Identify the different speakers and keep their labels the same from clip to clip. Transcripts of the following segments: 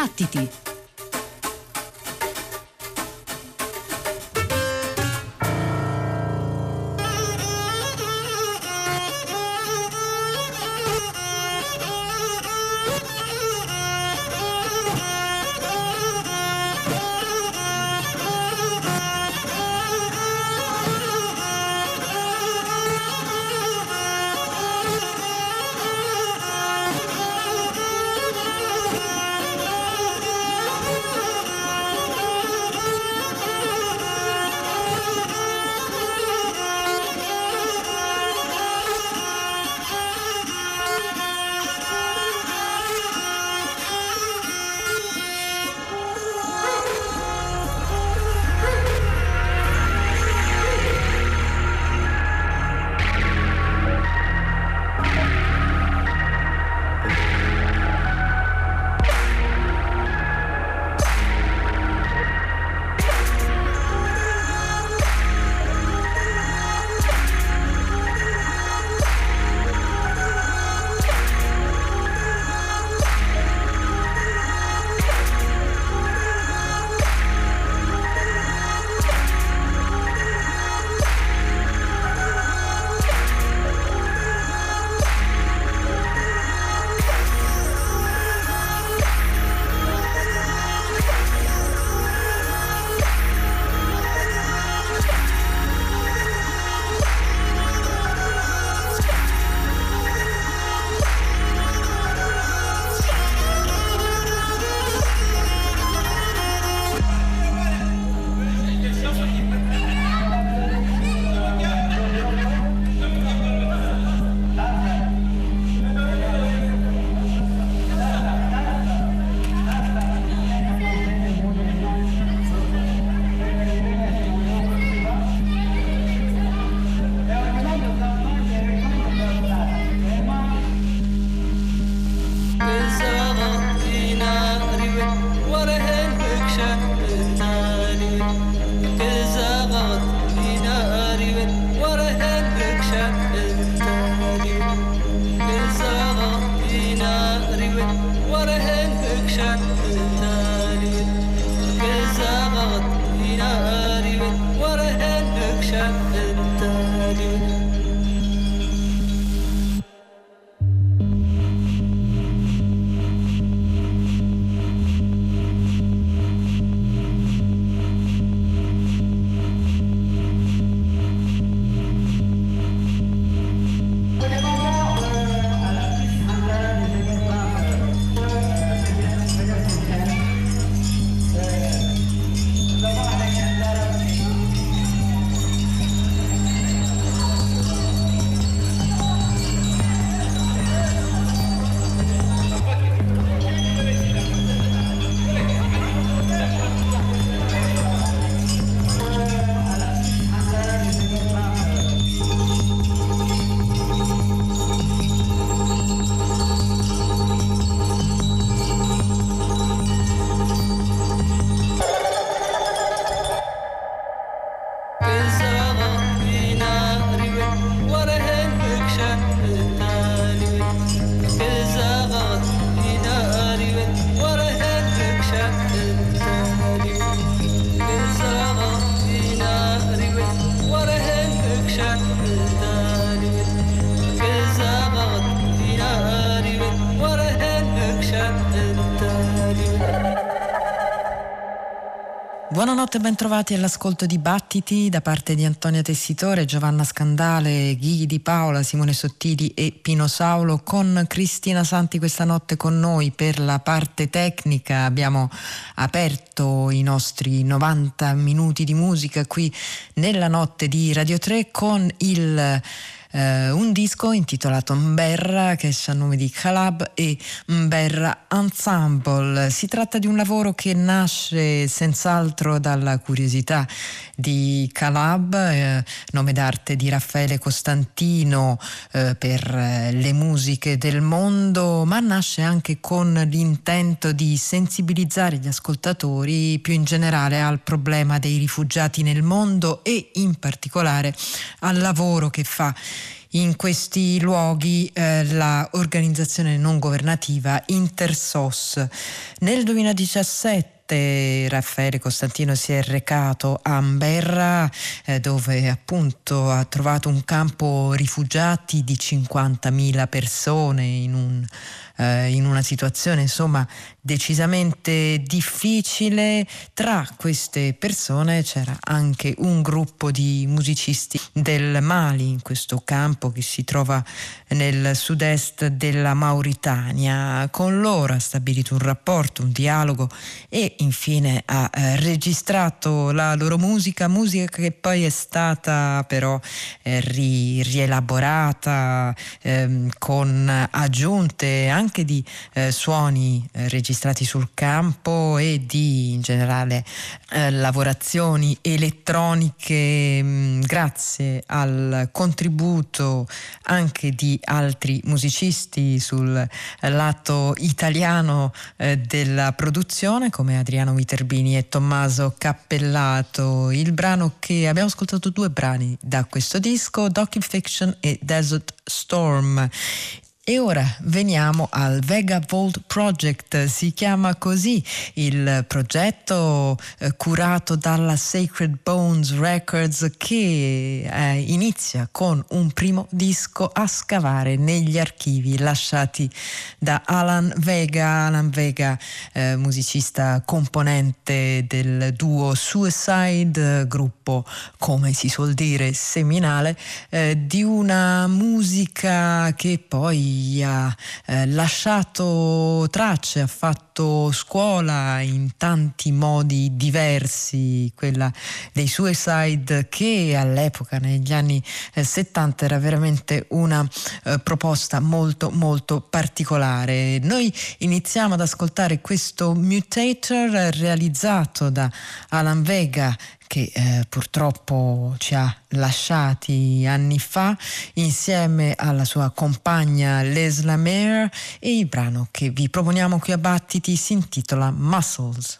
Speaker 1: Battiti! Buonanotte e ben trovati all'ascolto di Battiti da parte di Antonia Tessitore, Giovanna Scandale, Ghighi Di Paola, Simone Sottili e Pino Saulo, con Cristina Santi questa notte con noi per la parte tecnica. Abbiamo aperto i nostri 90 minuti di musica qui nella notte di Radio 3 con un disco intitolato Mberra, che ha il nome di Calab e Mberra Ensemble. Si tratta di un lavoro che nasce senz'altro dalla curiosità di Calab, nome d'arte di Raffaele Costantino per le musiche del mondo, ma nasce anche con l'intento di sensibilizzare gli ascoltatori più in generale al problema dei rifugiati nel mondo e in particolare al lavoro che fa in questi luoghi la organizzazione non governativa Intersos. Nel 2017 Raffaele Costantino si è recato a Amberra, dove appunto ha trovato un campo rifugiati di 50.000 persone in una situazione insomma decisamente difficile. Tra queste persone c'era anche un gruppo di musicisti del Mali, in questo campo che si trova nel sud-est della Mauritania. Con loro ha stabilito un rapporto, un dialogo e infine ha registrato la loro musica che poi è stata però rielaborata con aggiunte anche di suoni registrati sul campo e di in generale lavorazioni elettroniche, grazie al contributo anche di altri musicisti sul lato italiano della produzione, come Adriano Viterbini e Tommaso Cappellato. Il brano che abbiamo ascoltato, due brani da questo disco, Docufiction e Desert Storm. E ora veniamo al Vega Vault Project, si chiama così il progetto curato dalla Sacred Bones Records, che inizia con un primo disco a scavare negli archivi lasciati da Alan Vega, musicista componente del duo Suicide, gruppo come si suol dire seminale, di una musica che poi ha lasciato tracce, ha fatto scuola in tanti modi diversi, quella dei Suicide, che all'epoca negli anni 70 era veramente una proposta molto molto particolare. Noi iniziamo ad ascoltare questo Mutator realizzato da Alan Vega, che purtroppo ci ha lasciati anni fa, insieme alla sua compagna Les Lemaire, e il brano che vi proponiamo qui a Battiti si intitola Muscles.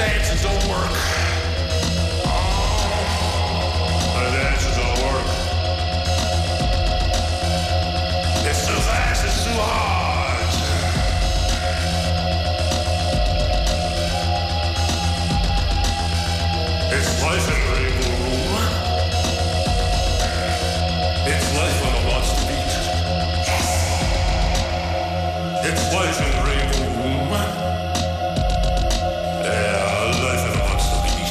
Speaker 2: dances don't work. Oh, the dances don't work. It's too fast, it's too hard. It's life in Rainbow Room. It's life when it wants to beat. It's life in Rainbow Room. Yeah, life when it wants to beat.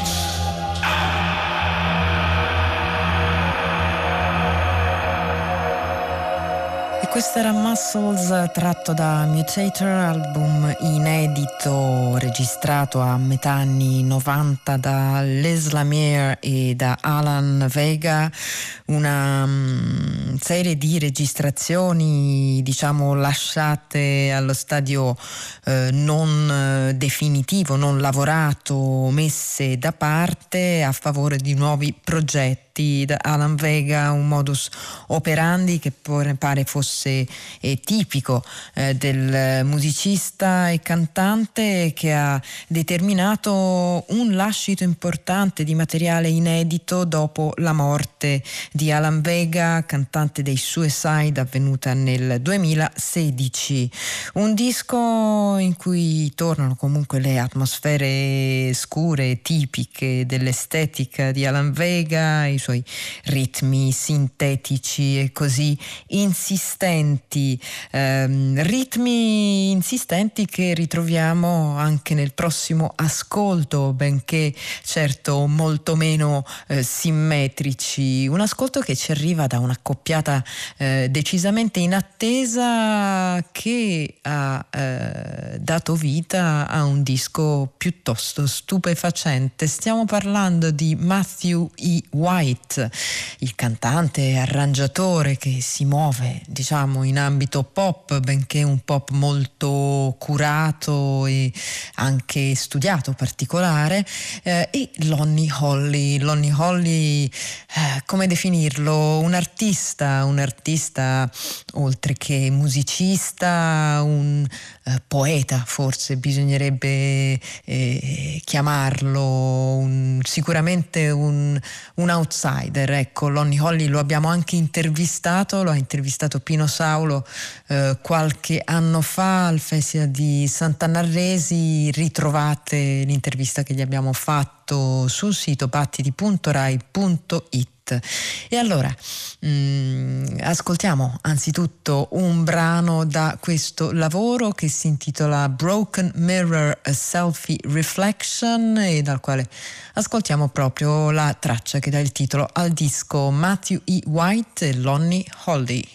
Speaker 1: E questo era Muscles, tratto da Mutator, album inedito registrato a metà anni 90 da Les Lamier e da Alan Vega, una serie di registrazioni diciamo lasciate allo stadio non definitivo, non lavorato, messe da parte a favore di nuovi progetti. Da Alan Vega, un modus operandi che pare fosse tipico del musicista e cantante, che ha determinato un lascito importante di materiale inedito dopo la morte di Alan Vega, cantante dei Suicide, avvenuta nel 2016. Un disco in cui tornano comunque le atmosfere scure tipiche dell'estetica di Alan Vega, i suoi ritmi sintetici e così insistenti, ritmi insistenti che ritroviamo anche nel prossimo ascolto, benché certo molto meno simmetrici. Un ascolto che ci arriva da un'accoppiata decisamente inattesa, che ha dato vita a un disco piuttosto stupefacente. Stiamo parlando di Matthew E. White, il cantante e arrangiatore che si muove diciamo in ambito pop, benché un pop molto curato e anche studiato, particolare, e Lonnie Holley. Lonnie Holley, come definirlo? Un artista oltre che musicista, un poeta forse bisognerebbe chiamarlo, sicuramente un outsider. Ecco, Lonnie Holley lo abbiamo anche intervistato, lo ha intervistato Pino Saulo qualche anno fa al Festival di Sant'Annarresi. Ritrovate l'intervista che gli abbiamo fatto sul sito battiti.rai.it. E allora ascoltiamo anzitutto un brano da questo lavoro che si intitola Broken Mirror, a Selfie Reflection, e dal quale ascoltiamo proprio la traccia che dà il titolo al disco, Matthew E. White e Lonnie Holley.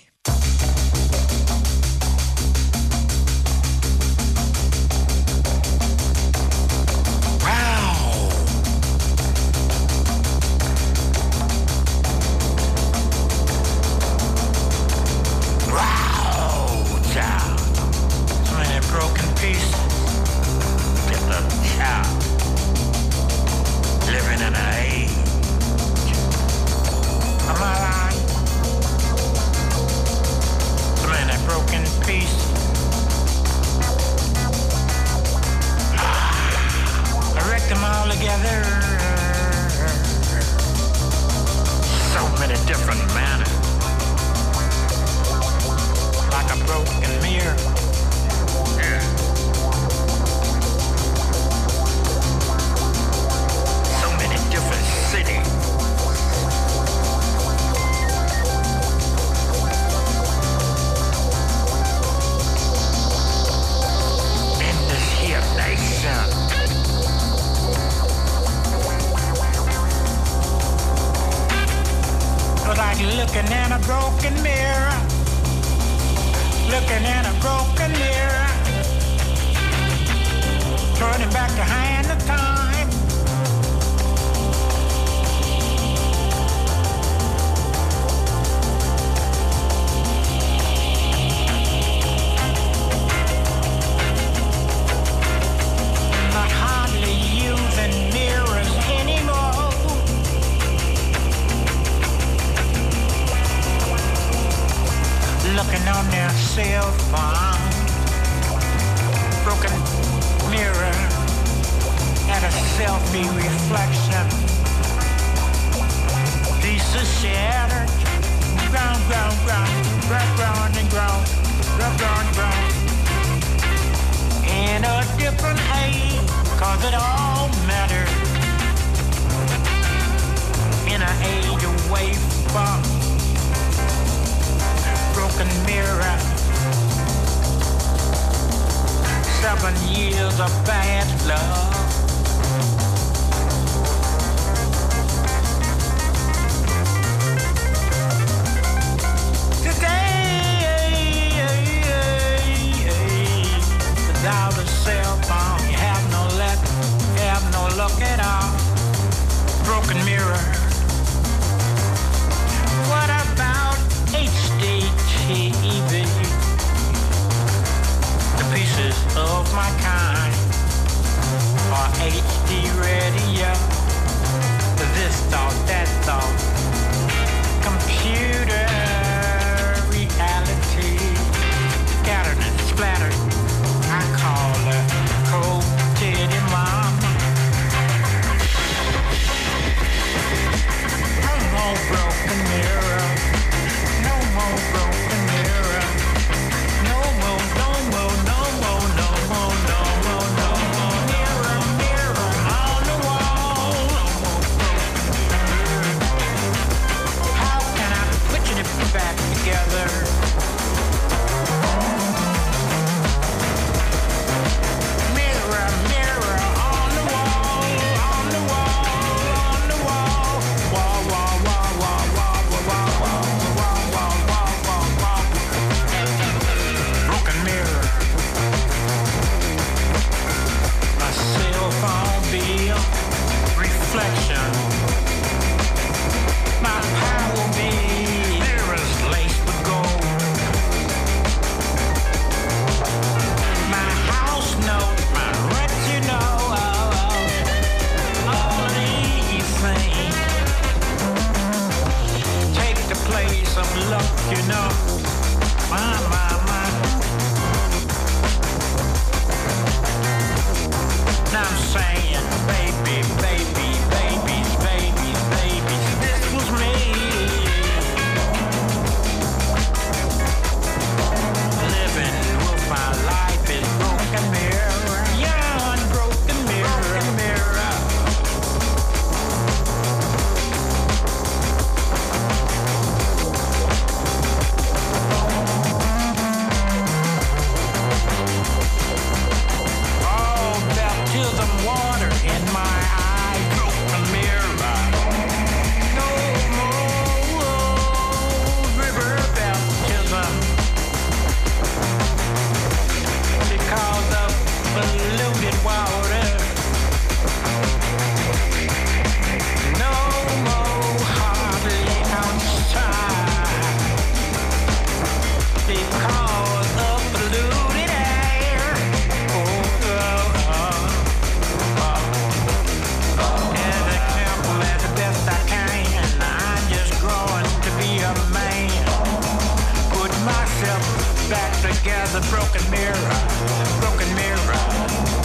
Speaker 3: Looking on their cell phone, coffee reflection. Pieces shattered, ground, ground, ground, ground and ground, ground and ground. In a different age, 'cause it all matters. In an age away from broken mirror. 7 years of bad love. Without a cell phone, you have no luck at all. Broken mirror. What about HD TV? The pieces of my kind. Or HD radio. This thought, that thought. Computer reality. Scattered and splattered. I call her cold titty mama. No more broken mirror. No more broken mirror. No more, no more, no more, no more, no more, no more. Mirror, mirror on the wall. No more broken mirror. How can I put it back together? Reflection. My power be mirrors laced with gold. My house note, my rent, you know, all of these things take the place of luck, you know. My. Now I'm saying, baby, baby, babies, babies, babies, this was me. Living with my life is broken mirror, yeah, unbroken mirror, mirror. Baptism water in my eye, broken mirror. No more river baptism because of polluted water. No more hardly outside because of polluted air. As a example, as the best I can, I'm just growing to be a man. Put myself back together, broken mirror, broken mirror.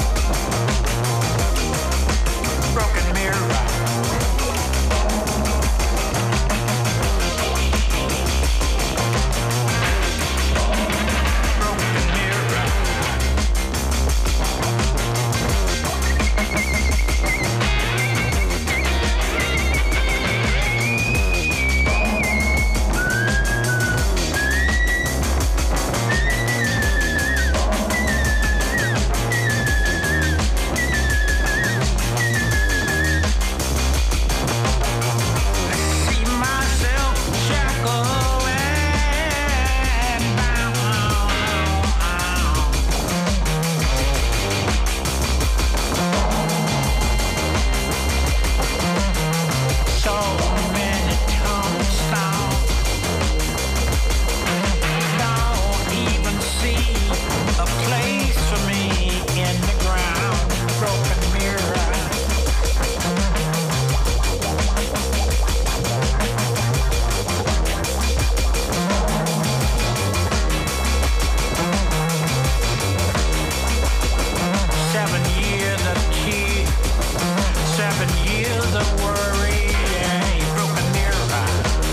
Speaker 3: the worry, broken mirror.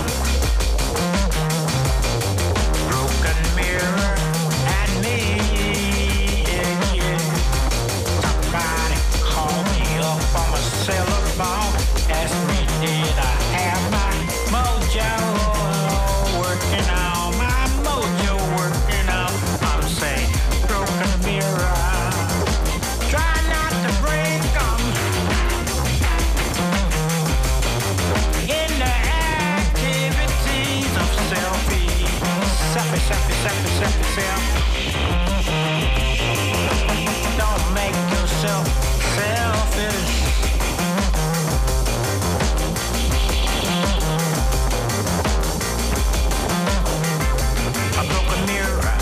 Speaker 3: Broken mirror and me, Somebody called me up on my cell phone, asked me did I have my mojo working on, my mojo working on. I'm saying broken mirror. Try not to break 'em in the activities of selfie. Self. Don't make yourself selfish. A broken mirror.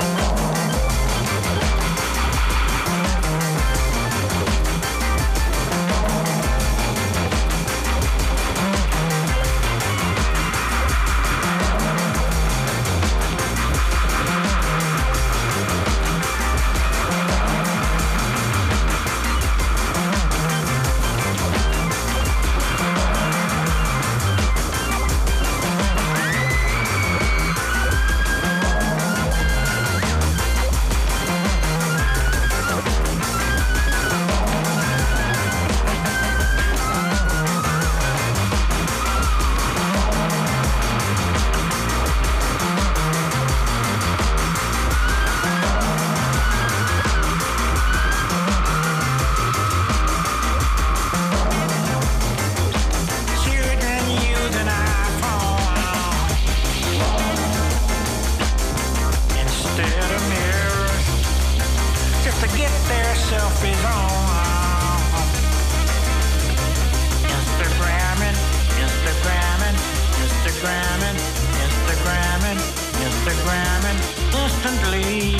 Speaker 3: Instagramming instantly.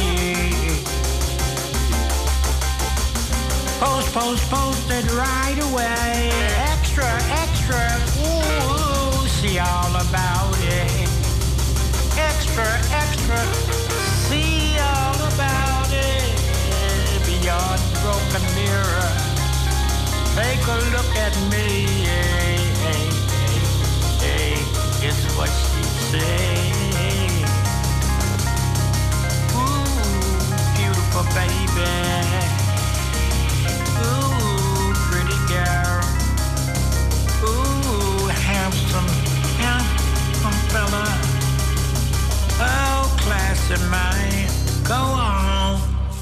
Speaker 3: Posted right away. Extra, ooh, see all about it. Extra, see all about it. Beyond broken mirror, take a look at me. Hey, it's what she say. Ooh, beautiful baby. Ooh, pretty girl. Ooh, handsome fella. Oh, classy man. Go on.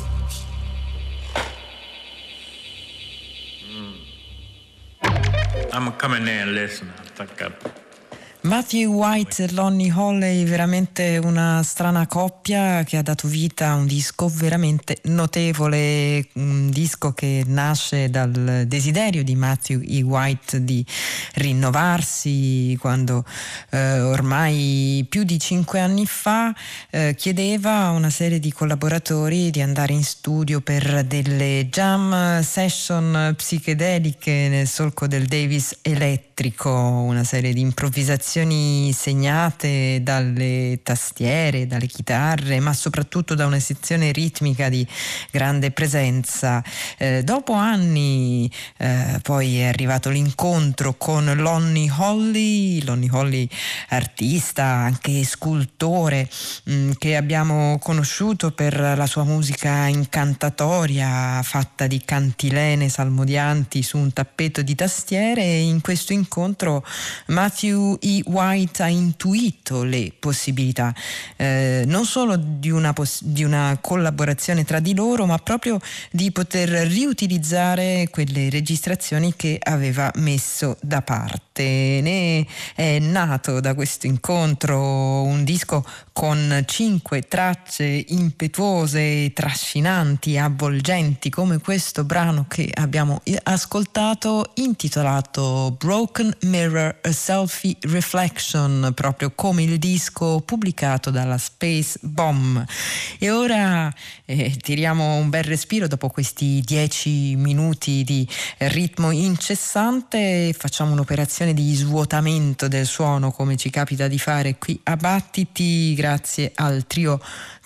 Speaker 3: I'm gonna come in there and listen. I think
Speaker 1: Matthew White e Lonnie Holley, veramente una strana coppia che ha dato vita a un disco veramente notevole, un disco che nasce dal desiderio di Matthew E. White di rinnovarsi quando ormai più di 5 anni fa chiedeva a una serie di collaboratori di andare in studio per delle jam session psichedeliche nel solco del Davis elettrico, una serie di improvvisazioni segnate dalle tastiere, dalle chitarre, ma soprattutto da una sezione ritmica di grande presenza. Dopo anni poi è arrivato l'incontro con Lonnie Holley artista, anche scultore, che abbiamo conosciuto per la sua musica incantatoria fatta di cantilene salmodianti su un tappeto di tastiere, e in questo incontro Matthew E. White ha intuito le possibilità non solo di una collaborazione tra di loro, ma proprio di poter riutilizzare quelle registrazioni che aveva messo da parte. Ne è nato da questo incontro un disco con 5 tracce impetuose, trascinanti, avvolgenti, come questo brano che abbiamo ascoltato, intitolato Broken Mirror, a Selfie Reflection, proprio come il disco pubblicato dalla Space Bomb. E ora tiriamo un bel respiro dopo questi 10 minuti di ritmo incessante, facciamo un'operazione di svuotamento del suono come ci capita di fare qui a Battiti, grazie al trio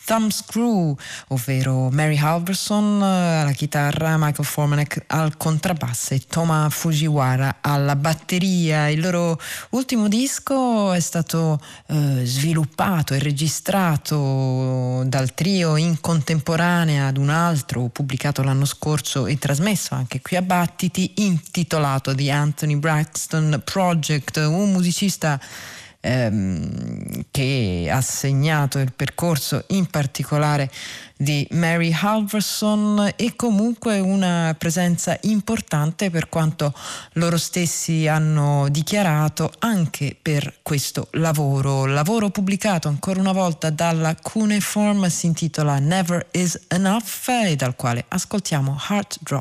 Speaker 1: Thumbscrew, ovvero Mary Halverson alla chitarra, Michael Formanek al contrabbasso e Toma Fujiwara alla batteria. Il loro ultimo disco è stato sviluppato e registrato dal trio in contemporanea ad un altro pubblicato l'anno scorso e trasmesso anche qui a Battiti, intitolato The Anthony Braxton Project, un musicista che ha segnato il percorso in particolare di Mary Halverson e comunque una presenza importante, per quanto loro stessi hanno dichiarato, anche per questo lavoro pubblicato ancora una volta dalla Cuneiform, si intitola Never Is Enough e dal quale ascoltiamo Heart Drop.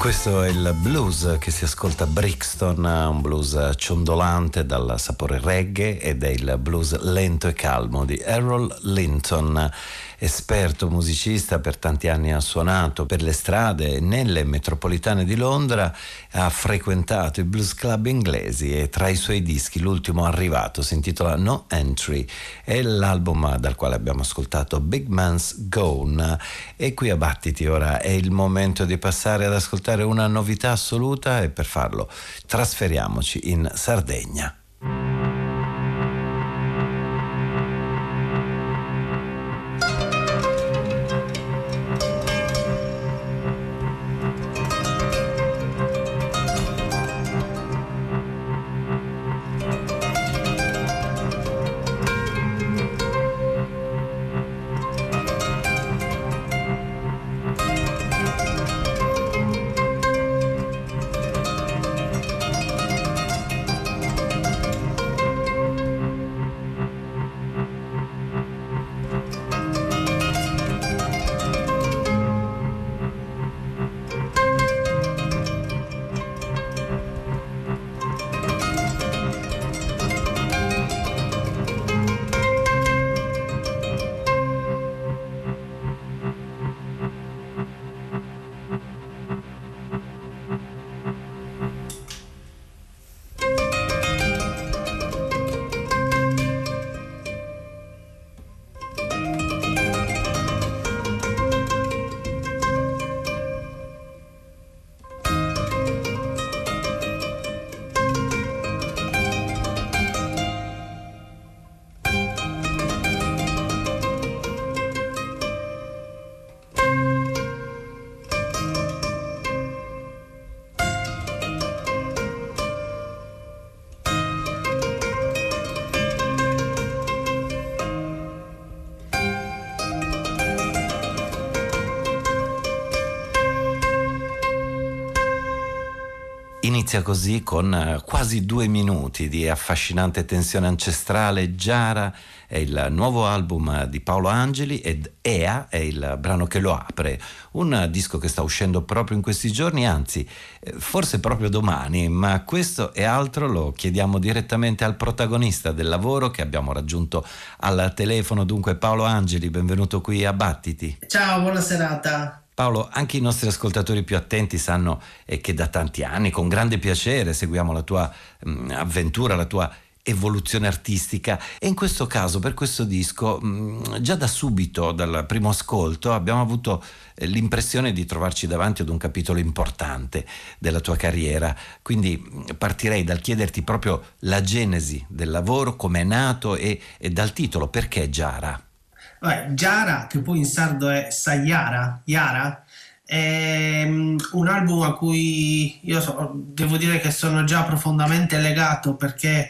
Speaker 4: Questo è il blues che si ascolta a Brixton, un blues ciondolante dal sapore reggae, ed è il blues lento e calmo di Errol Linton. Esperto musicista, per tanti anni ha suonato per le strade nelle metropolitane di Londra, ha frequentato i blues club inglesi e tra i suoi dischi l'ultimo arrivato si intitola No Entry, è l'album dal quale abbiamo ascoltato Big Man's Gone. E qui a Battiti ora è il momento di passare ad ascoltare una novità assoluta, e per farlo trasferiamoci in Sardegna. Inizia così con quasi 2 minuti di affascinante tensione ancestrale. Giara è il nuovo album di Paolo Angeli ed Ea è il brano che lo apre, un disco che sta uscendo proprio in questi giorni, anzi forse proprio domani, ma questo e altro lo chiediamo direttamente al protagonista del lavoro che abbiamo raggiunto al telefono. Dunque Paolo Angeli, benvenuto qui a Battiti.
Speaker 5: Ciao, buona serata.
Speaker 4: Paolo, anche i nostri ascoltatori più attenti sanno che da tanti anni con grande piacere seguiamo la tua avventura, la tua evoluzione artistica, e in questo caso per questo disco già da subito, dal primo ascolto, abbiamo avuto l'impressione di trovarci davanti ad un capitolo importante della tua carriera. Quindi partirei dal chiederti proprio la genesi del lavoro, come è nato e dal titolo, perché Giara?
Speaker 5: Giara, che poi in sardo è Sayara, Yara, è un album a cui devo dire che sono già profondamente legato, perché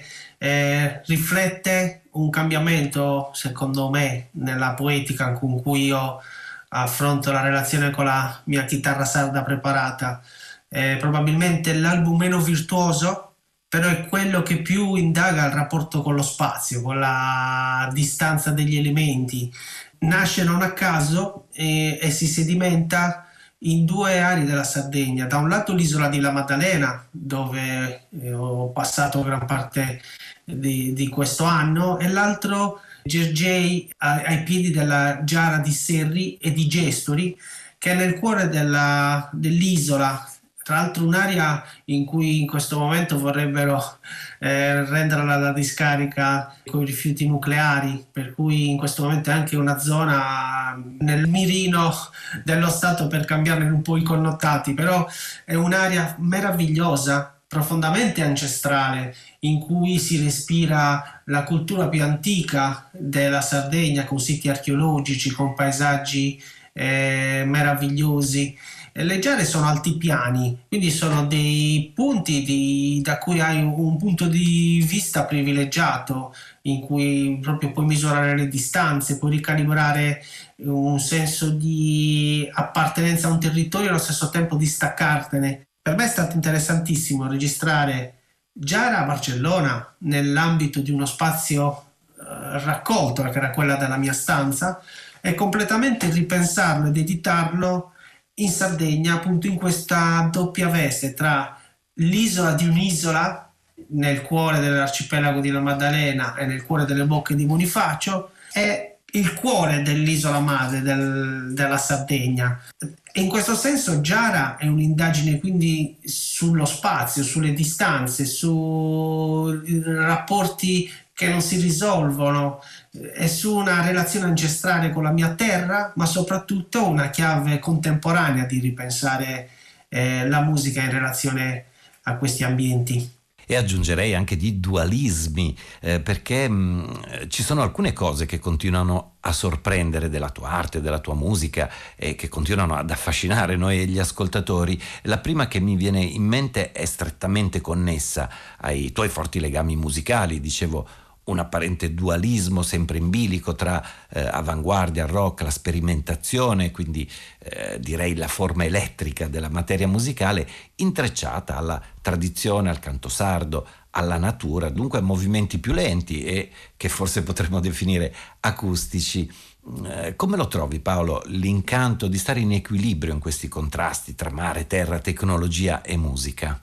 Speaker 5: riflette un cambiamento, secondo me, nella poetica con cui io affronto la relazione con la mia chitarra sarda preparata. È probabilmente l'album meno virtuoso, però è quello che più indaga il rapporto con lo spazio, con la distanza degli elementi. Nasce non a caso e si sedimenta in 2 aree della Sardegna. Da un lato l'isola di La Maddalena, dove ho passato gran parte di questo anno, e l'altro Gergely, ai piedi della Giara di Serri e di Gestori, che è nel cuore dell'isola. Tra l'altro un'area in cui in questo momento vorrebbero renderla la discarica con i rifiuti nucleari, per cui in questo momento è anche una zona nel mirino dello Stato per cambiarne un po' i connotati, però è un'area meravigliosa, profondamente ancestrale, in cui si respira la cultura più antica della Sardegna, con siti archeologici, con paesaggi meravigliosi. Le Giare sono altipiani, quindi sono dei punti da cui hai un punto di vista privilegiato, in cui proprio puoi misurare le distanze, puoi ricalibrare un senso di appartenenza a un territorio e allo stesso tempo distaccartene. Per me è stato interessantissimo registrare Giara a Barcellona, nell'ambito di uno spazio raccolto, che era quella della mia stanza, e completamente ripensarlo ed editarlo in Sardegna, appunto in questa doppia veste tra l'isola di un'isola nel cuore dell'arcipelago di La Maddalena e nel cuore delle Bocche di Bonifacio e il cuore dell'isola madre della Sardegna. E in questo senso Giara è un'indagine quindi sullo spazio, sulle distanze, su rapporti che non si risolvono, e su una relazione ancestrale con la mia terra, ma soprattutto una chiave contemporanea di ripensare la musica in relazione a questi ambienti.
Speaker 4: E aggiungerei anche di dualismi, perché ci sono alcune cose che continuano a sorprendere della tua arte, della tua musica, e che continuano ad affascinare noi e gli ascoltatori. La prima che mi viene in mente è strettamente connessa ai tuoi forti legami musicali. Dicevo, un apparente dualismo sempre in bilico tra avanguardia, rock, la sperimentazione, quindi direi la forma elettrica della materia musicale intrecciata alla tradizione, al canto sardo, alla natura, dunque a movimenti più lenti e che forse potremmo definire acustici. Come lo trovi, Paolo, l'incanto di stare in equilibrio in questi contrasti tra mare, terra, tecnologia e musica?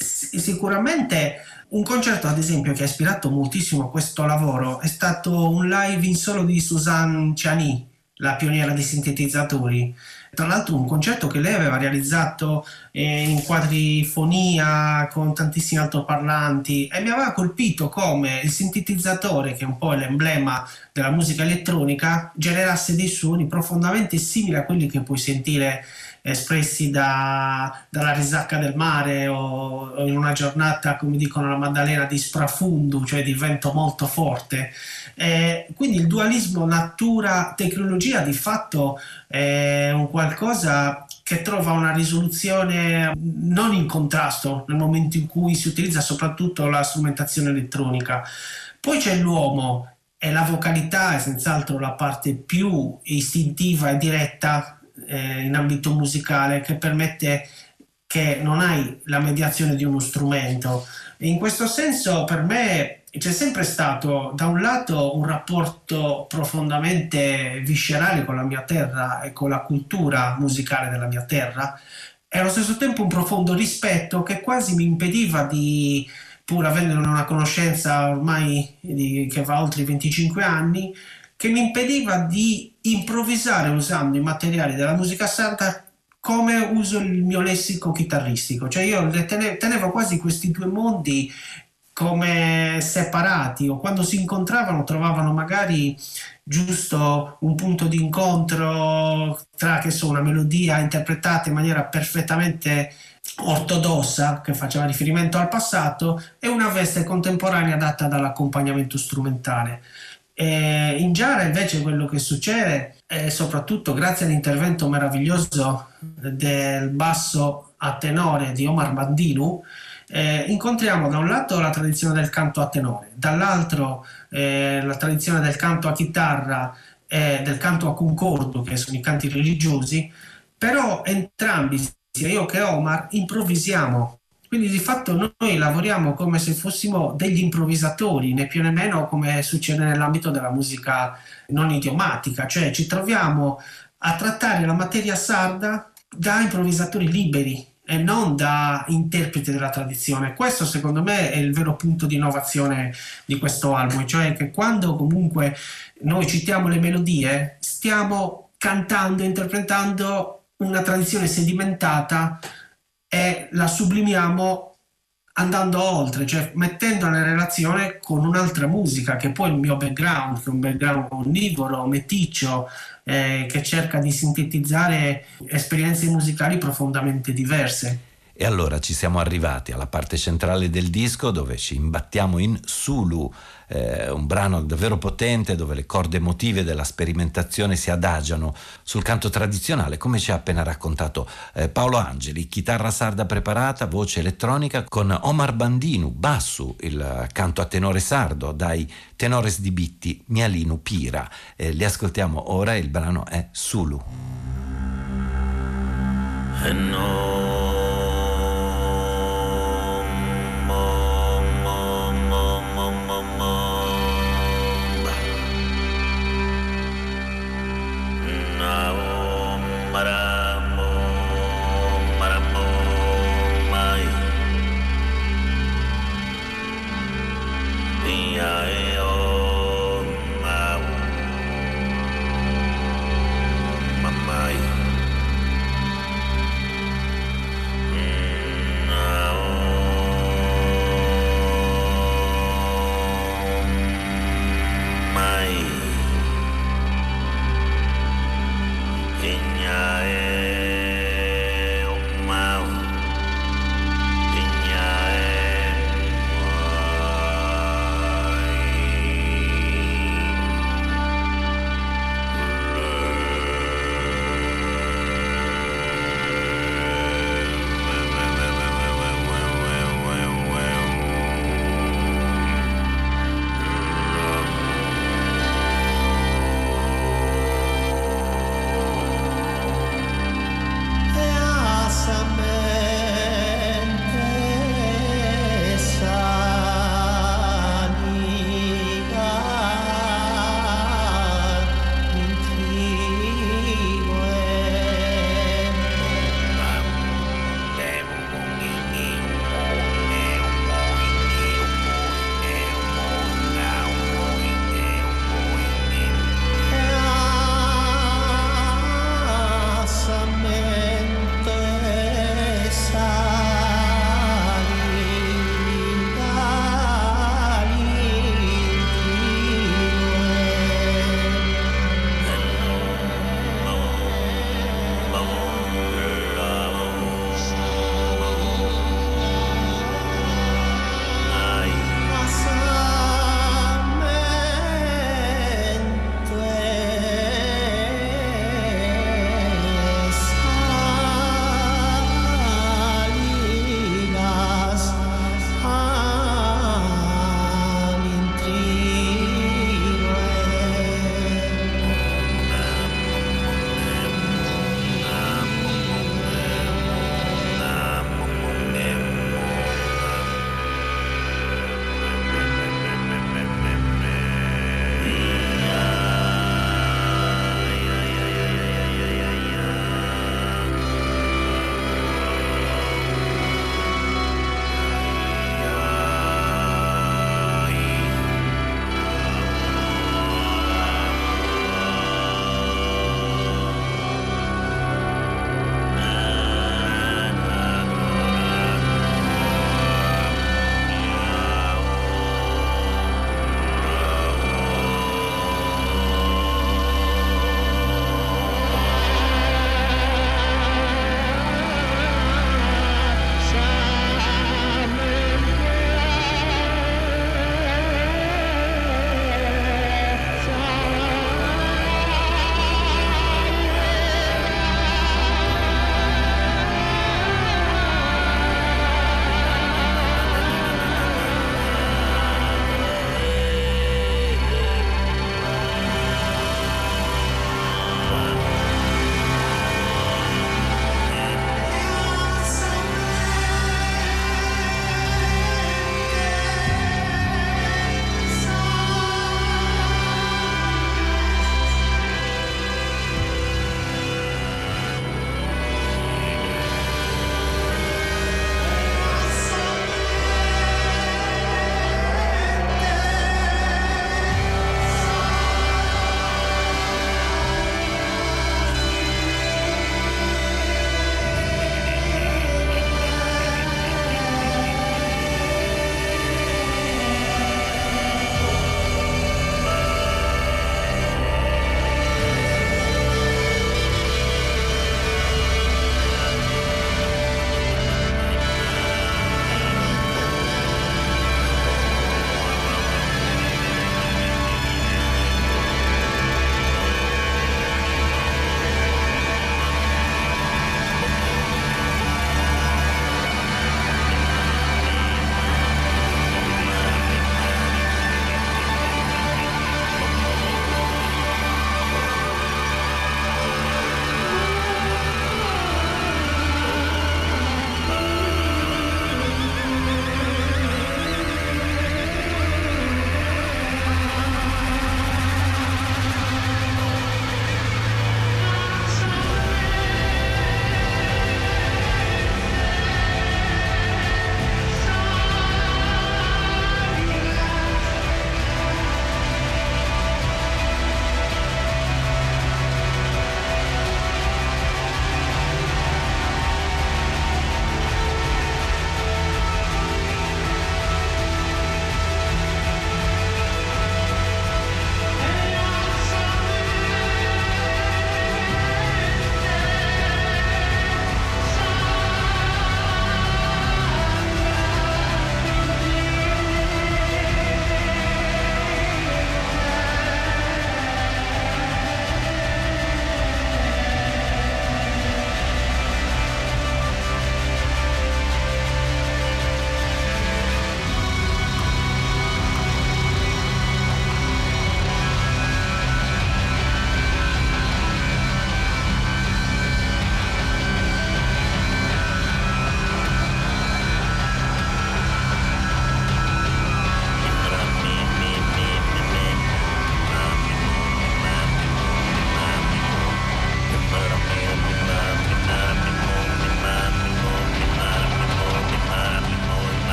Speaker 5: Sicuramente un concerto, ad esempio, che ha ispirato moltissimo a questo lavoro è stato un live in solo di Suzanne Ciani, la pioniera dei sintetizzatori. Tra l'altro un concerto che lei aveva realizzato in quadrifonia con tantissimi altoparlanti, e mi aveva colpito come il sintetizzatore, che è un po' l'emblema della musica elettronica, generasse dei suoni profondamente simili a quelli che puoi sentire espressi dalla risacca del mare o in una giornata, come dicono la Maddalena, di strafundu, cioè di vento molto forte. Quindi il dualismo natura-tecnologia di fatto è un qualcosa che trova una risoluzione non in contrasto nel momento in cui si utilizza soprattutto la strumentazione elettronica. Poi c'è l'uomo, e la vocalità è senz'altro la parte più istintiva e diretta in ambito musicale, che permette che non hai la mediazione di uno strumento. E in questo senso per me c'è sempre stato da un lato un rapporto profondamente viscerale con la mia terra e con la cultura musicale della mia terra, e allo stesso tempo un profondo rispetto che quasi mi impediva di, pur avendo una conoscenza ormai che va oltre i 25 anni, che mi impediva di improvvisare usando i materiali della musica sarda come uso il mio lessico chitarristico. Cioè io tenevo quasi questi due mondi come separati, o quando si incontravano trovavano magari giusto un punto di incontro tra, che so, una melodia interpretata in maniera perfettamente ortodossa che faceva riferimento al passato e una veste contemporanea data dall'accompagnamento strumentale. In Giara invece quello che succede è soprattutto grazie all'intervento meraviglioso del basso a tenore di Omar Bandinu. Incontriamo da un lato la tradizione del canto a tenore, dall'altro la tradizione del canto a chitarra e del canto a concordo, che sono i canti religiosi, però entrambi, sia io che Omar, improvvisiamo. Quindi di fatto noi lavoriamo come se fossimo degli improvvisatori, né più né meno come succede nell'ambito della musica non idiomatica, cioè ci troviamo a trattare la materia sarda da improvvisatori liberi e non da interpreti della tradizione. Questo secondo me è il vero punto di innovazione di questo album, cioè che quando comunque noi citiamo le melodie stiamo cantando, interpretando una tradizione sedimentata e la sublimiamo andando oltre, cioè mettendola in relazione con un'altra musica che poi è il mio background, che è un background onnivoro, meticcio, che cerca di sintetizzare esperienze musicali profondamente diverse.
Speaker 4: E allora ci siamo arrivati alla parte centrale del disco, dove ci imbattiamo in Sulu, un brano davvero potente dove le corde emotive della sperimentazione si adagiano sul canto tradizionale, come ci ha appena raccontato Paolo Angeli. Chitarra sarda preparata, voce elettronica con Omar Bandinu, basso, il canto a tenore sardo dai tenores di Bitti, Mialinu Pira. Li ascoltiamo ora, il brano è Sulu.
Speaker 6: Maramo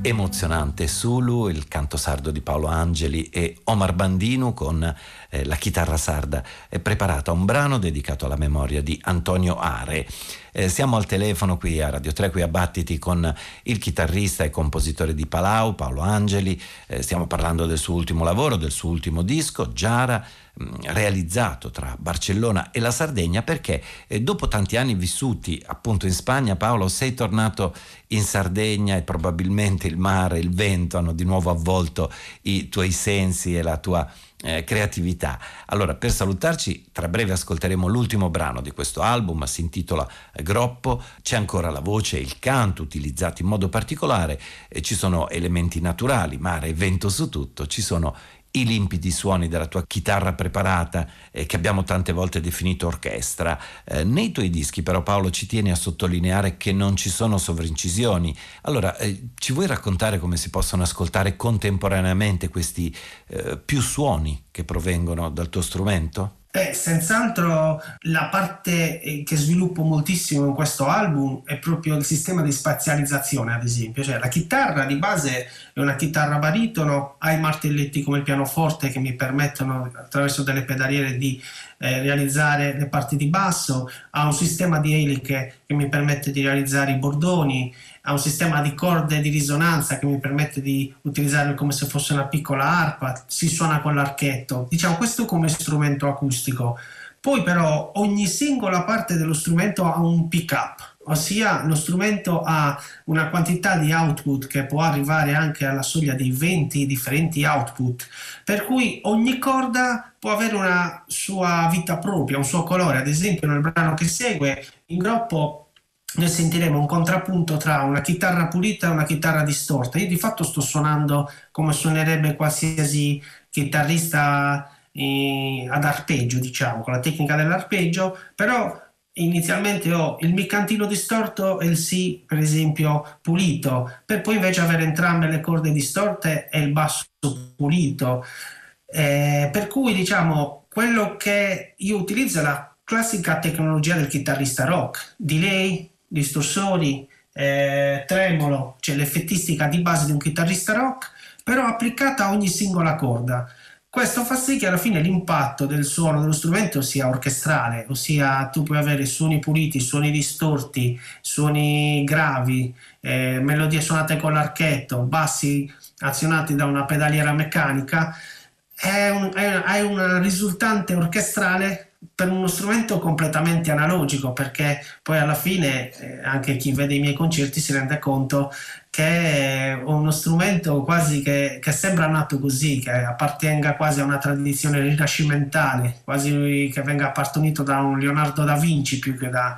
Speaker 4: emozionante Sulu, il canto sardo di Paolo Angeli e Omar Bandinu con la chitarra sarda è preparata un brano dedicato alla memoria di Antonio Are. Siamo al telefono qui a Radio 3, qui a Battiti, con il chitarrista e compositore di Palau, Paolo Angeli. Stiamo parlando del suo ultimo lavoro, del suo ultimo disco, Giara, realizzato tra Barcellona e la Sardegna, perché dopo tanti anni vissuti appunto in Spagna, Paolo, sei tornato in Sardegna e probabilmente il mare, il vento hanno di nuovo avvolto i tuoi sensi e la tua creatività. Allora, per salutarci, tra breve ascolteremo l'ultimo brano di questo album, si intitola Groppo. C'è ancora la voce e il canto utilizzati in modo particolare, ci sono elementi naturali, mare e vento su tutto, ci sono i limpidi suoni della tua chitarra preparata, che abbiamo tante volte definito orchestra. Nei tuoi dischi però, Paolo, ci tieni a sottolineare che non ci sono sovraincisioni. Allora, ci vuoi raccontare come si possono ascoltare contemporaneamente questi più suoni che provengono dal tuo strumento?
Speaker 5: Senz'altro la parte che sviluppo moltissimo in questo album è proprio il sistema di spazializzazione, ad esempio. Cioè, la chitarra di base è una chitarra baritono, ha i martelletti come il pianoforte che mi permettono attraverso delle pedaliere di realizzare le parti di basso, ha un sistema di eliche che mi permette di realizzare i bordoni, ha un sistema di corde di risonanza che mi permette di utilizzarlo come se fosse una piccola arpa, si suona con l'archetto, diciamo questo come strumento acustico. Poi però ogni singola parte dello strumento ha un pick-up, ossia lo strumento ha una quantità di output che può arrivare anche alla soglia dei 20 differenti output, per cui ogni corda può avere una sua vita propria, un suo colore. Ad esempio nel brano che segue, in Groppo, noi sentiremo un contrappunto tra una chitarra pulita e una chitarra distorta. Io di fatto sto suonando come suonerebbe qualsiasi chitarrista ad arpeggio, diciamo, con la tecnica dell'arpeggio, però inizialmente ho il mi cantino distorto e il si, per esempio, pulito, per poi invece avere entrambe le corde distorte e il basso pulito. Per cui, diciamo, quello che io utilizzo è la classica tecnologia del chitarrista rock: delay, distorsori, tremolo, cioè l'effettistica di base di un chitarrista rock, però applicata a ogni singola corda. Questo fa sì che alla fine l'impatto del suono dello strumento sia orchestrale, ossia tu puoi avere suoni puliti, suoni distorti, suoni gravi, melodie suonate con l'archetto, bassi azionati da una pedaliera meccanica. Hai una risultante orchestrale per uno strumento completamente analogico, perché poi alla fine anche chi vede i miei concerti si rende conto che è uno strumento quasi che sembra nato così, che appartenga quasi a una tradizione rinascimentale, quasi che venga partorito da un Leonardo da Vinci più che da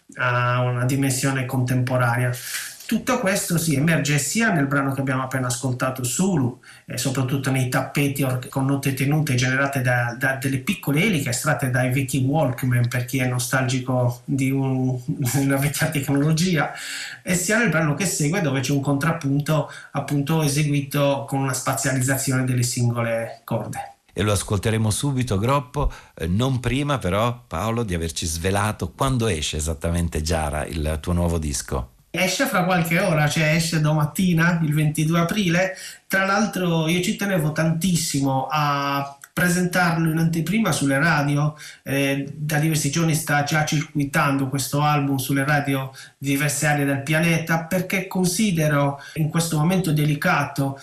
Speaker 5: una dimensione contemporanea. Tutto questo si emerge sia nel brano che abbiamo appena ascoltato, Sulu, e soprattutto nei tappeti con note tenute generate da delle piccole eliche estratte dai vecchi Walkman, per chi è nostalgico di una vecchia tecnologia, e sia nel brano che segue, dove c'è un contrappunto appunto eseguito con una spazializzazione delle singole corde.
Speaker 4: E lo ascolteremo subito, Groppo, non prima però, Paolo, di averci svelato quando esce esattamente Giara, il tuo nuovo disco.
Speaker 5: Esce fra qualche ora, cioè esce domattina, il 22 aprile. Tra l'altro io ci tenevo tantissimo a presentarlo in anteprima sulle radio, da diversi giorni sta già circuitando questo album sulle radio di diverse aree del pianeta, perché considero in questo momento delicato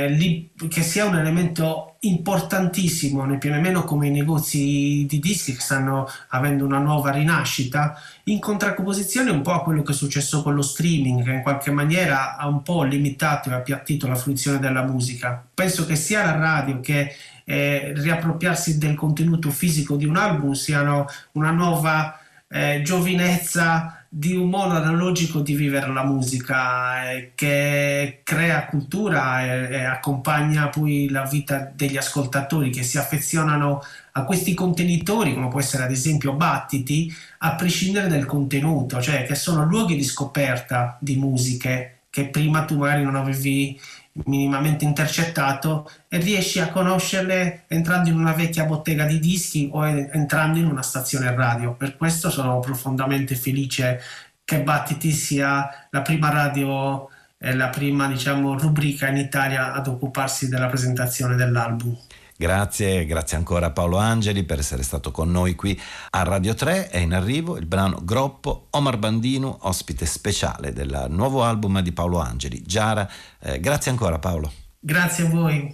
Speaker 5: che sia un elemento importantissimo, né più nemmeno come i negozi di dischi che stanno avendo una nuova rinascita, in contrapposizione un po' a quello che è successo con lo streaming, che in qualche maniera ha un po' limitato e appiattito la fruizione della musica. Penso che sia la radio che riappropriarsi del contenuto fisico di un album siano una nuova giovinezza di un modo analogico di vivere la musica, che crea cultura e accompagna poi la vita degli ascoltatori, che si affezionano a questi contenitori, come può essere ad esempio Battiti, a prescindere dal contenuto, cioè che sono luoghi di scoperta di musiche che prima tu magari non avevi minimamente intercettato, e riesci a conoscerle entrando in una vecchia bottega di dischi o entrando in una stazione radio. Per questo sono profondamente felice che Battiti sia la prima radio è la prima, diciamo, rubrica in Italia ad occuparsi della presentazione dell'album.
Speaker 4: Grazie ancora a Paolo Angeli per essere stato con noi qui a Radio 3. È in arrivo il brano Groppo, Omar Bandinu, ospite speciale del nuovo album di Paolo Angeli, Giara. Grazie ancora Paolo.
Speaker 5: Grazie a voi.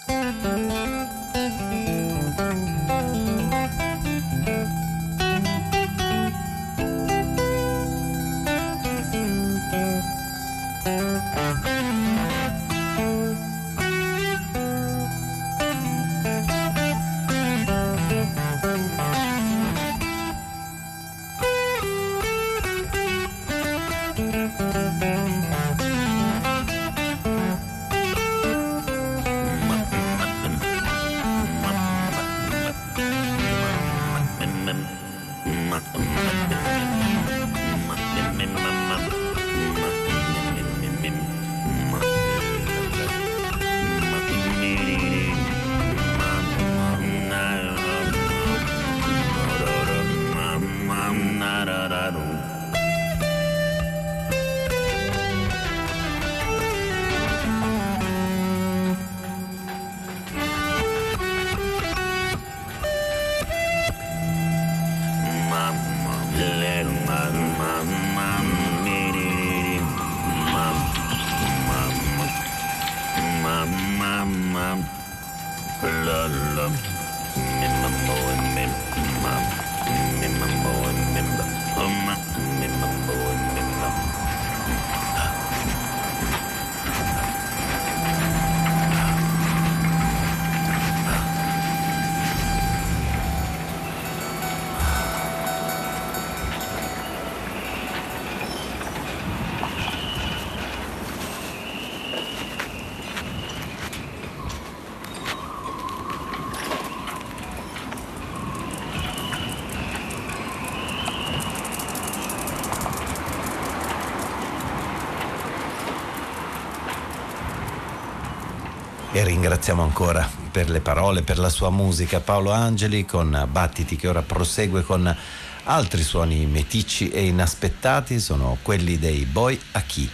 Speaker 4: E ringraziamo ancora per le parole, per la sua musica Paolo Angeli con Battiti, che ora prosegue con altri suoni meticci e inaspettati, sono quelli dei Boy a Chi.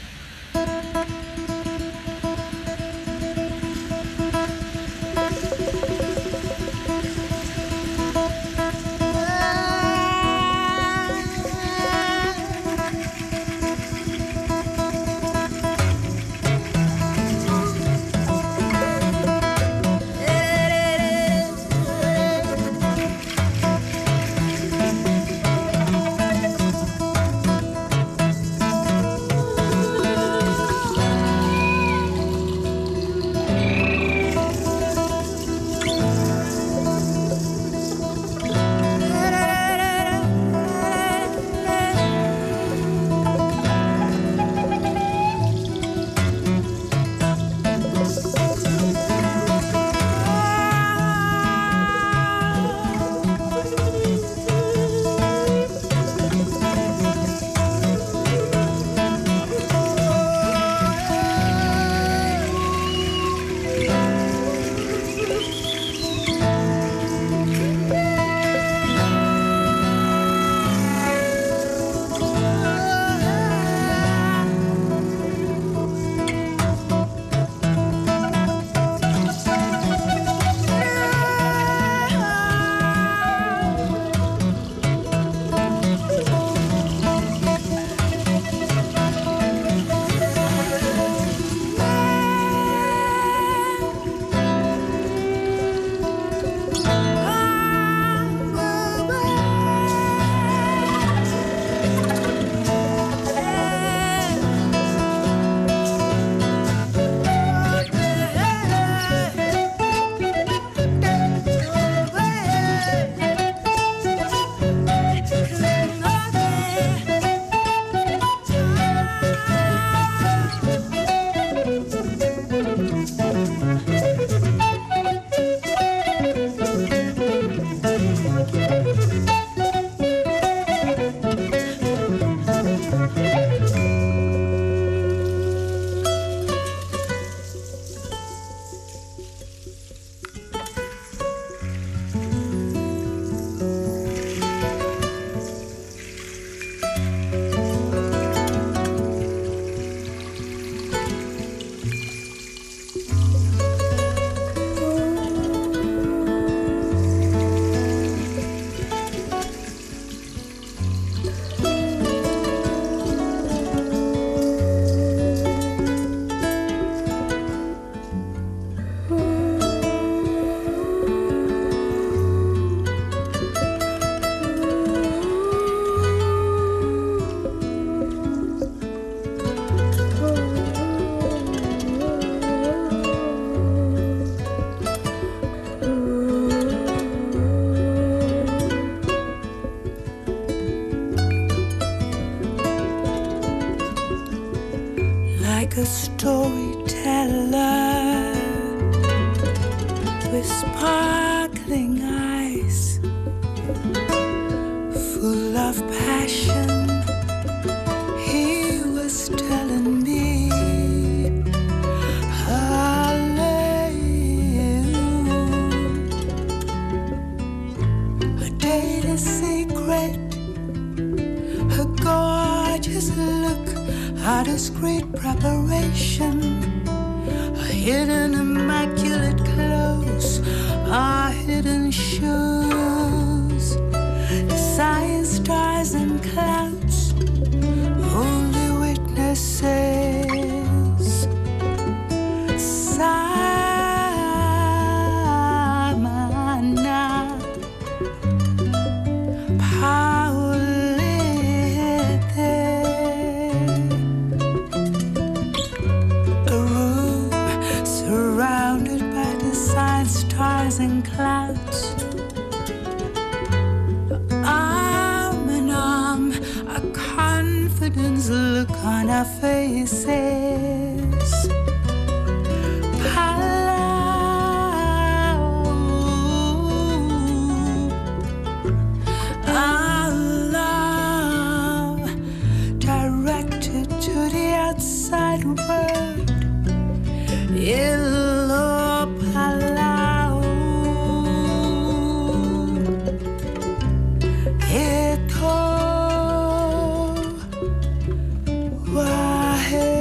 Speaker 6: Thank like a storyteller with sparkling eyes, full of passion. He was telling me a daily secret, her gorgeous look, her discreet preparation, her hidden immaculate clothes, her hidden shoes, the science stars and clouds, only witnesses. Samana Paulite, a room surrounded by the science stars and clouds, arm in arm, a confidence look on our faces. Our love directed to the outside world. Illo Palau, Eto Wahe.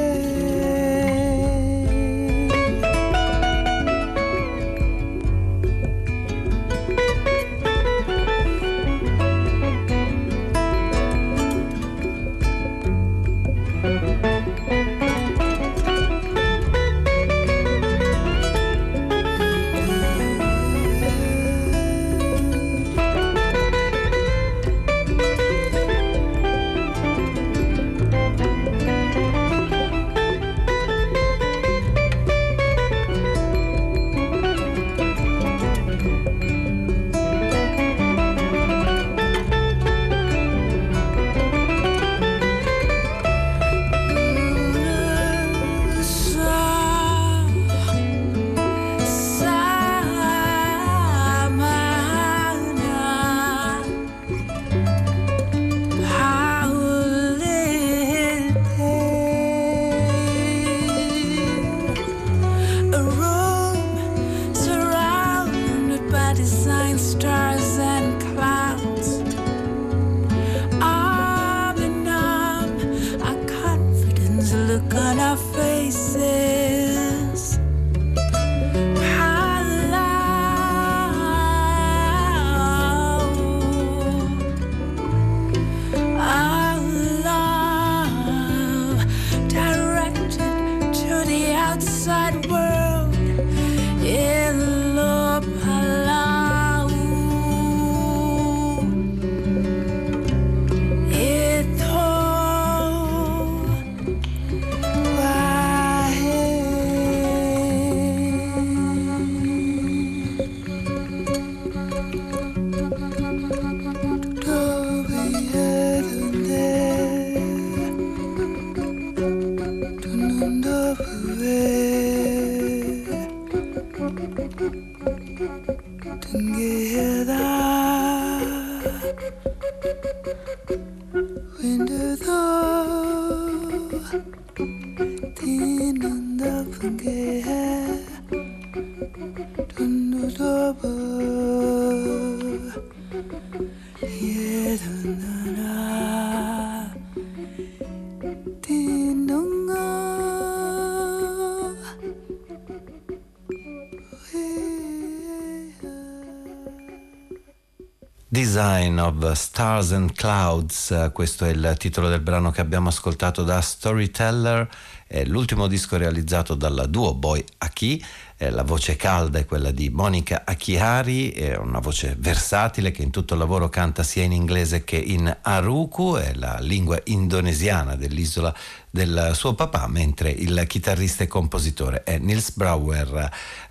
Speaker 4: Design of Stars and Clouds, questo è il titolo del brano che abbiamo ascoltato da Storyteller, è l'ultimo disco realizzato dal duo Boy Aki. La voce calda è quella di Monica Akihari, è una voce versatile che in tutto il lavoro canta sia in inglese che in Aruku, è la lingua indonesiana dell'isola del suo papà, mentre il chitarrista e compositore è Niels Brouwer.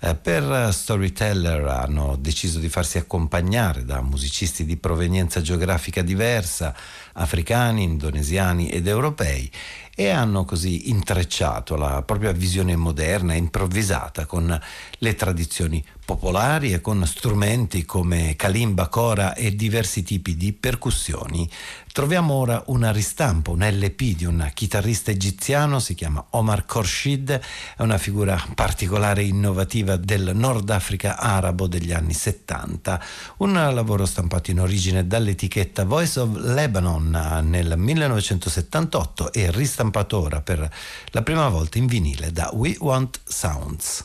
Speaker 4: Per Storyteller hanno deciso di farsi accompagnare da musicisti di provenienza geografica diversa, africani, indonesiani ed europei, e hanno così intrecciato la propria visione moderna e improvvisata con le tradizioni popolari e con strumenti come kalimba, kora e diversi tipi di percussioni. Troviamo ora una ristampa, un LP di un chitarrista egiziano, si chiama Omar Khorshid, è una figura particolare e innovativa del Nord Africa arabo degli anni 70, un lavoro stampato in origine dall'etichetta Voice of Lebanon nel 1978 e ristampato ora per la prima volta in vinile da We Want Sounds.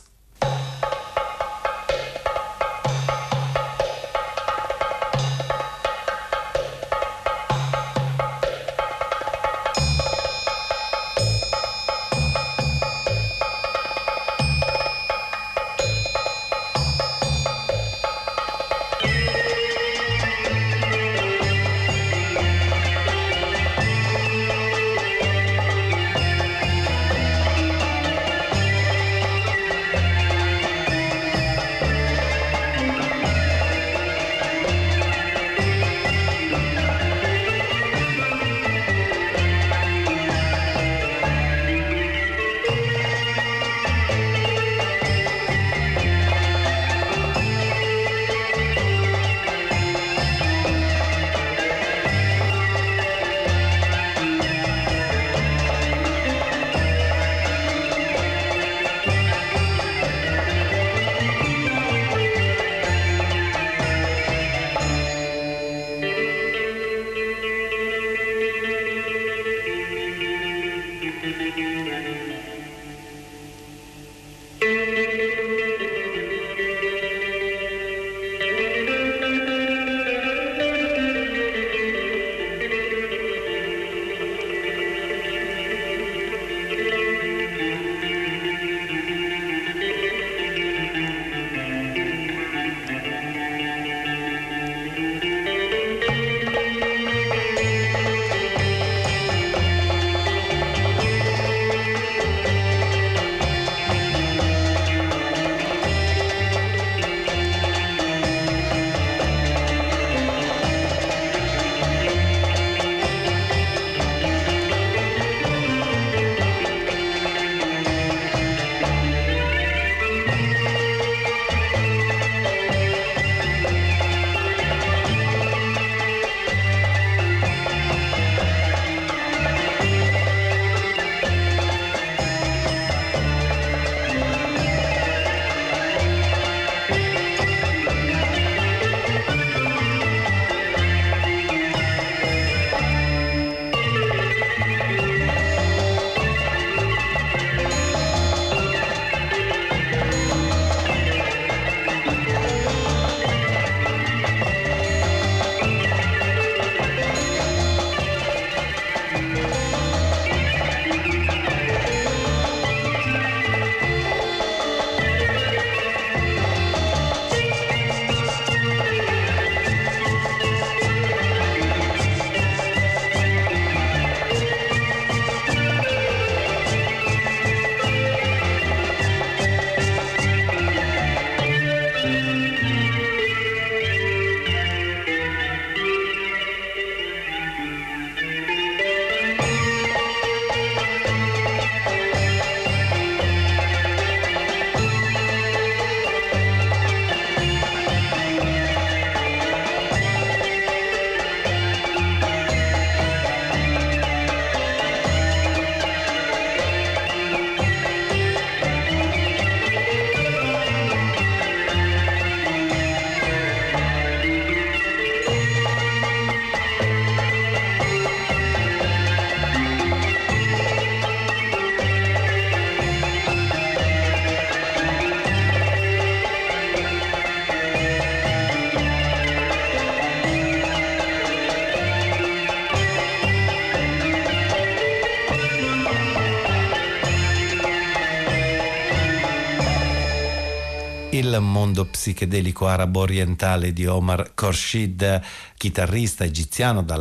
Speaker 4: Il mondo psichedelico arabo orientale di Omar Khorshid, chitarrista egiziano dalla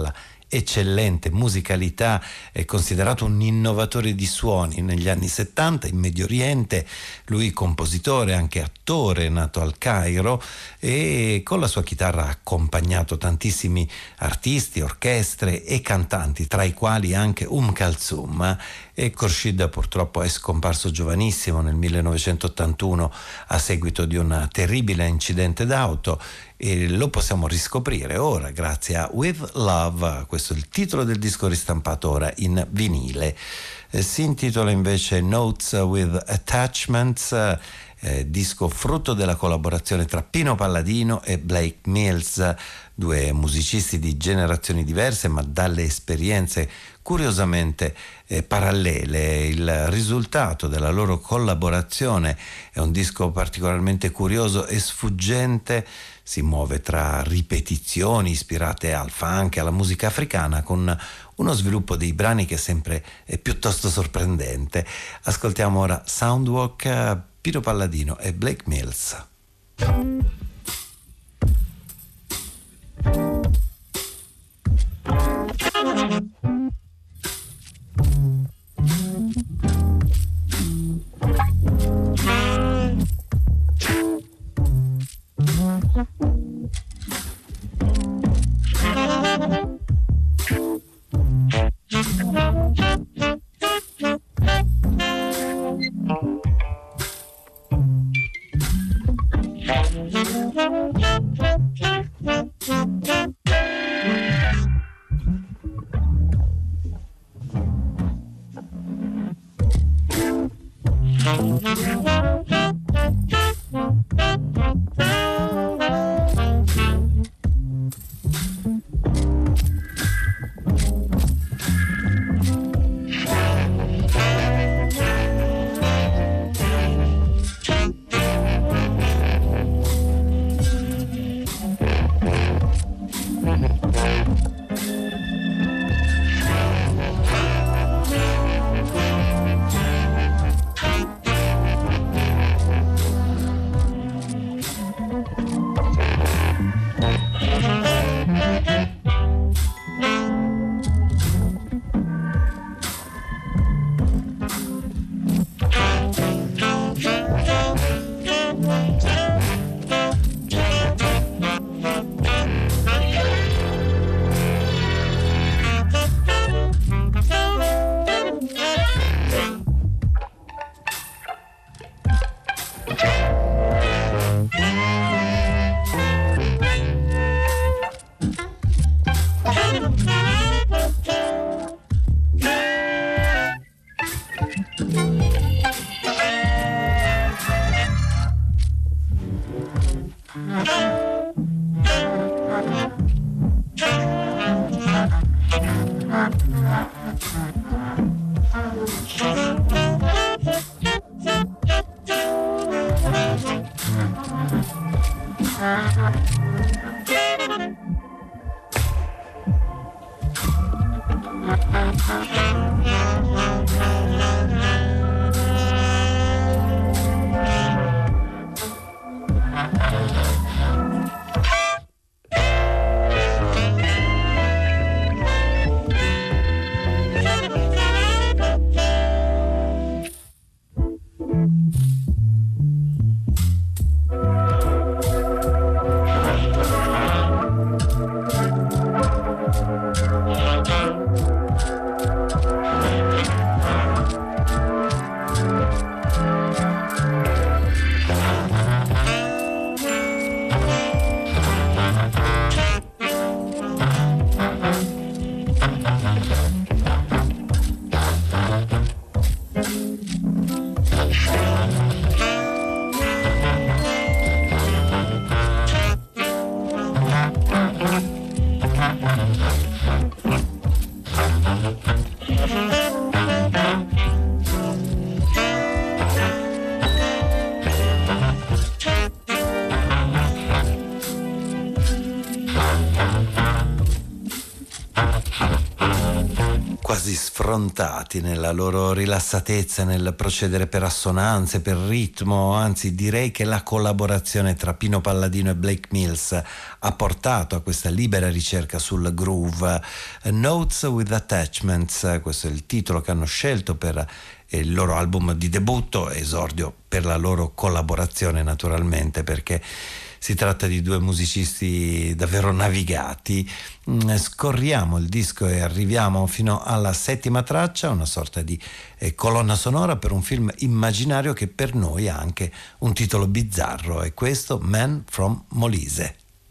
Speaker 4: eccellente musicalità, è considerato un innovatore di suoni negli anni 70 in Medio Oriente. Lui compositore, anche attore, nato al Cairo, e con la sua chitarra ha accompagnato tantissimi artisti, orchestre e cantanti, tra i quali anche Kulthum. E Khorshid purtroppo è scomparso giovanissimo nel 1981 a seguito di un terribile incidente d'auto, e lo possiamo riscoprire ora grazie a With Love. Questo è il titolo del disco ristampato ora in vinile. Si intitola invece Notes with Attachments, disco frutto della collaborazione tra Pino Palladino e Blake Mills, due musicisti di generazioni diverse ma dalle esperienze curiosamente parallele. Il risultato della loro collaborazione è un disco particolarmente curioso e sfuggente, si muove tra ripetizioni ispirate al funk e alla musica africana, con uno sviluppo dei brani che sempre è piuttosto sorprendente. Ascoltiamo ora Soundwalk, Pino Palladino e Blake Mills. sfrontati nella loro rilassatezza, nel procedere per assonanze, per ritmo. Anzi, direi che la collaborazione tra Pino Palladino e Blake Mills ha portato a questa libera ricerca sul groove. Notes with Attachments, questo è il titolo che hanno scelto per il loro album di debutto, esordio per la loro collaborazione naturalmente, perché si tratta di due musicisti davvero navigati. Scorriamo il disco e arriviamo fino alla settima traccia, una sorta di colonna sonora per un film immaginario che per noi ha anche un titolo bizzarro, e questo Man from Molise.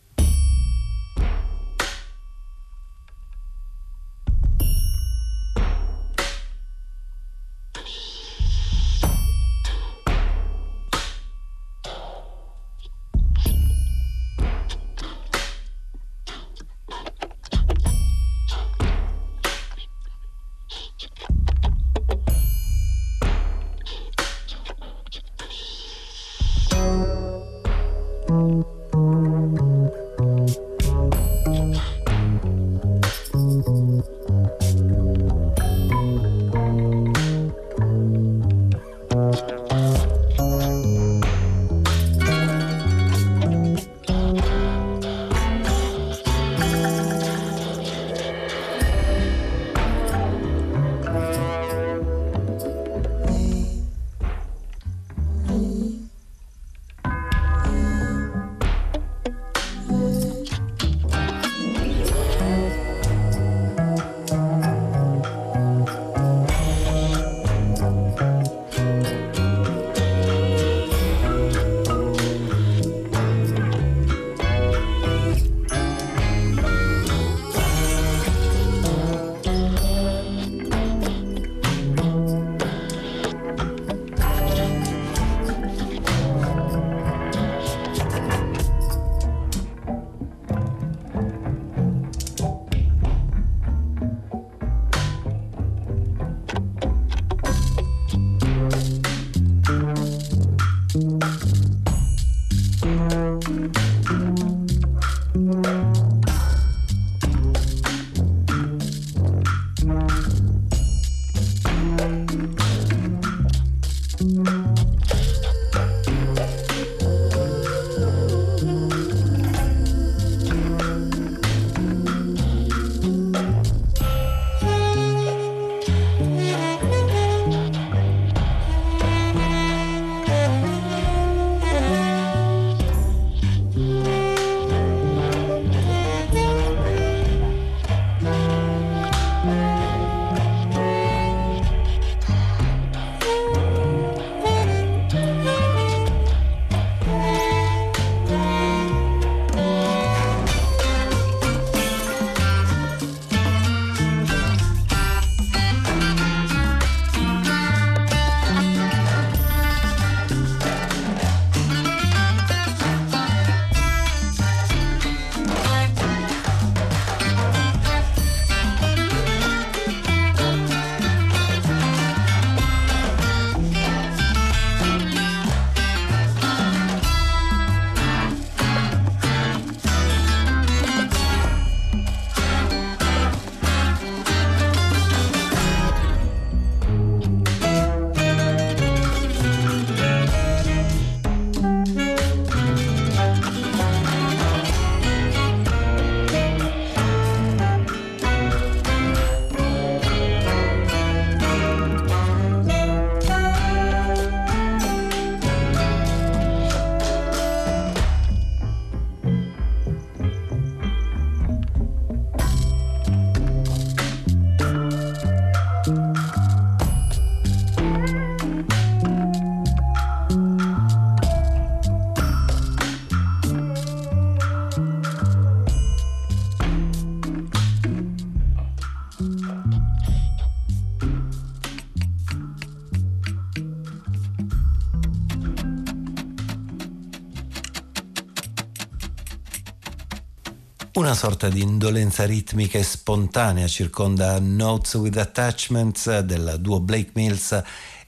Speaker 4: Una sorta di indolenza ritmica e spontanea circonda Notes with Attachments del duo Blake Mills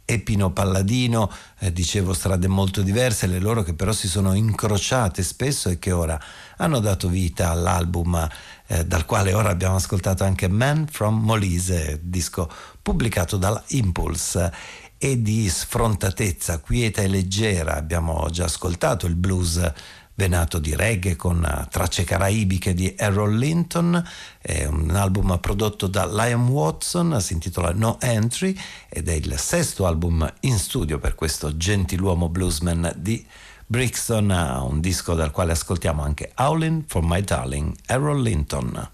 Speaker 4: e Pino Palladino, dicevo strade molto diverse, le loro che però si sono incrociate spesso e che ora hanno dato vita all'album dal quale ora abbiamo ascoltato anche Man from Molise, disco pubblicato dalla Impulse. E di sfrontatezza quieta e leggera abbiamo già ascoltato il blues venato di reggae con tracce caraibiche di Errol Linton, è un album prodotto da Liam Watson, si intitola No Entry ed è il sesto album in studio per questo gentiluomo bluesman di Brixton, un disco dal quale ascoltiamo anche Howlin' for My Darling, Errol Linton.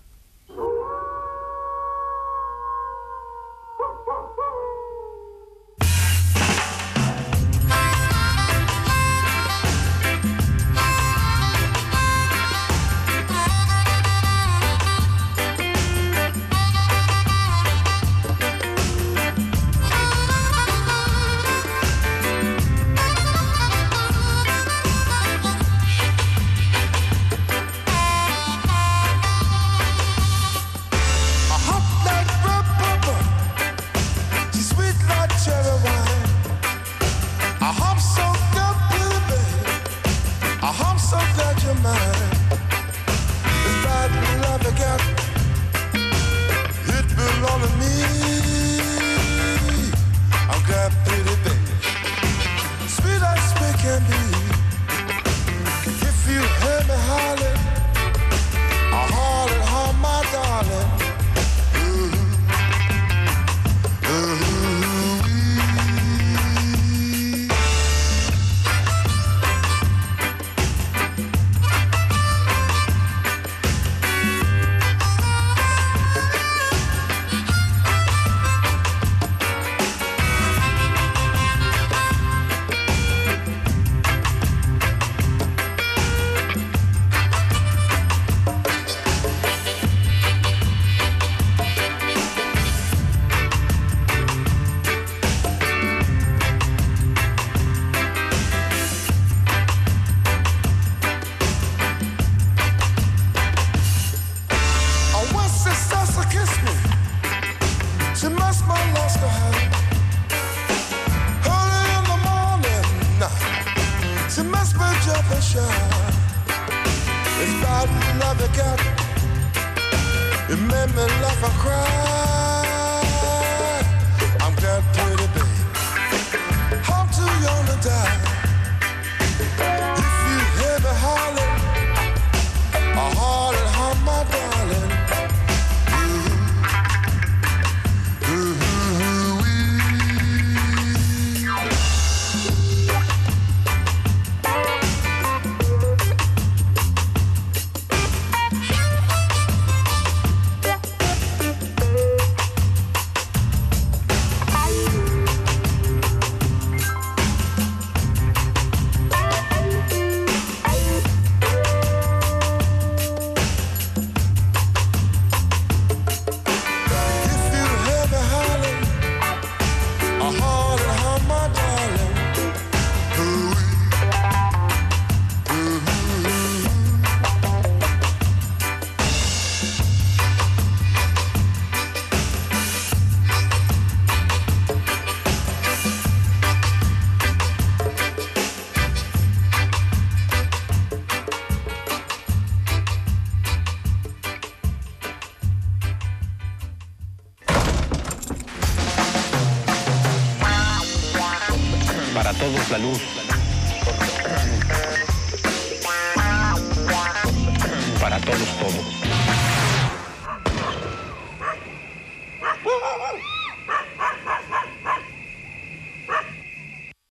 Speaker 7: Para todos la luz.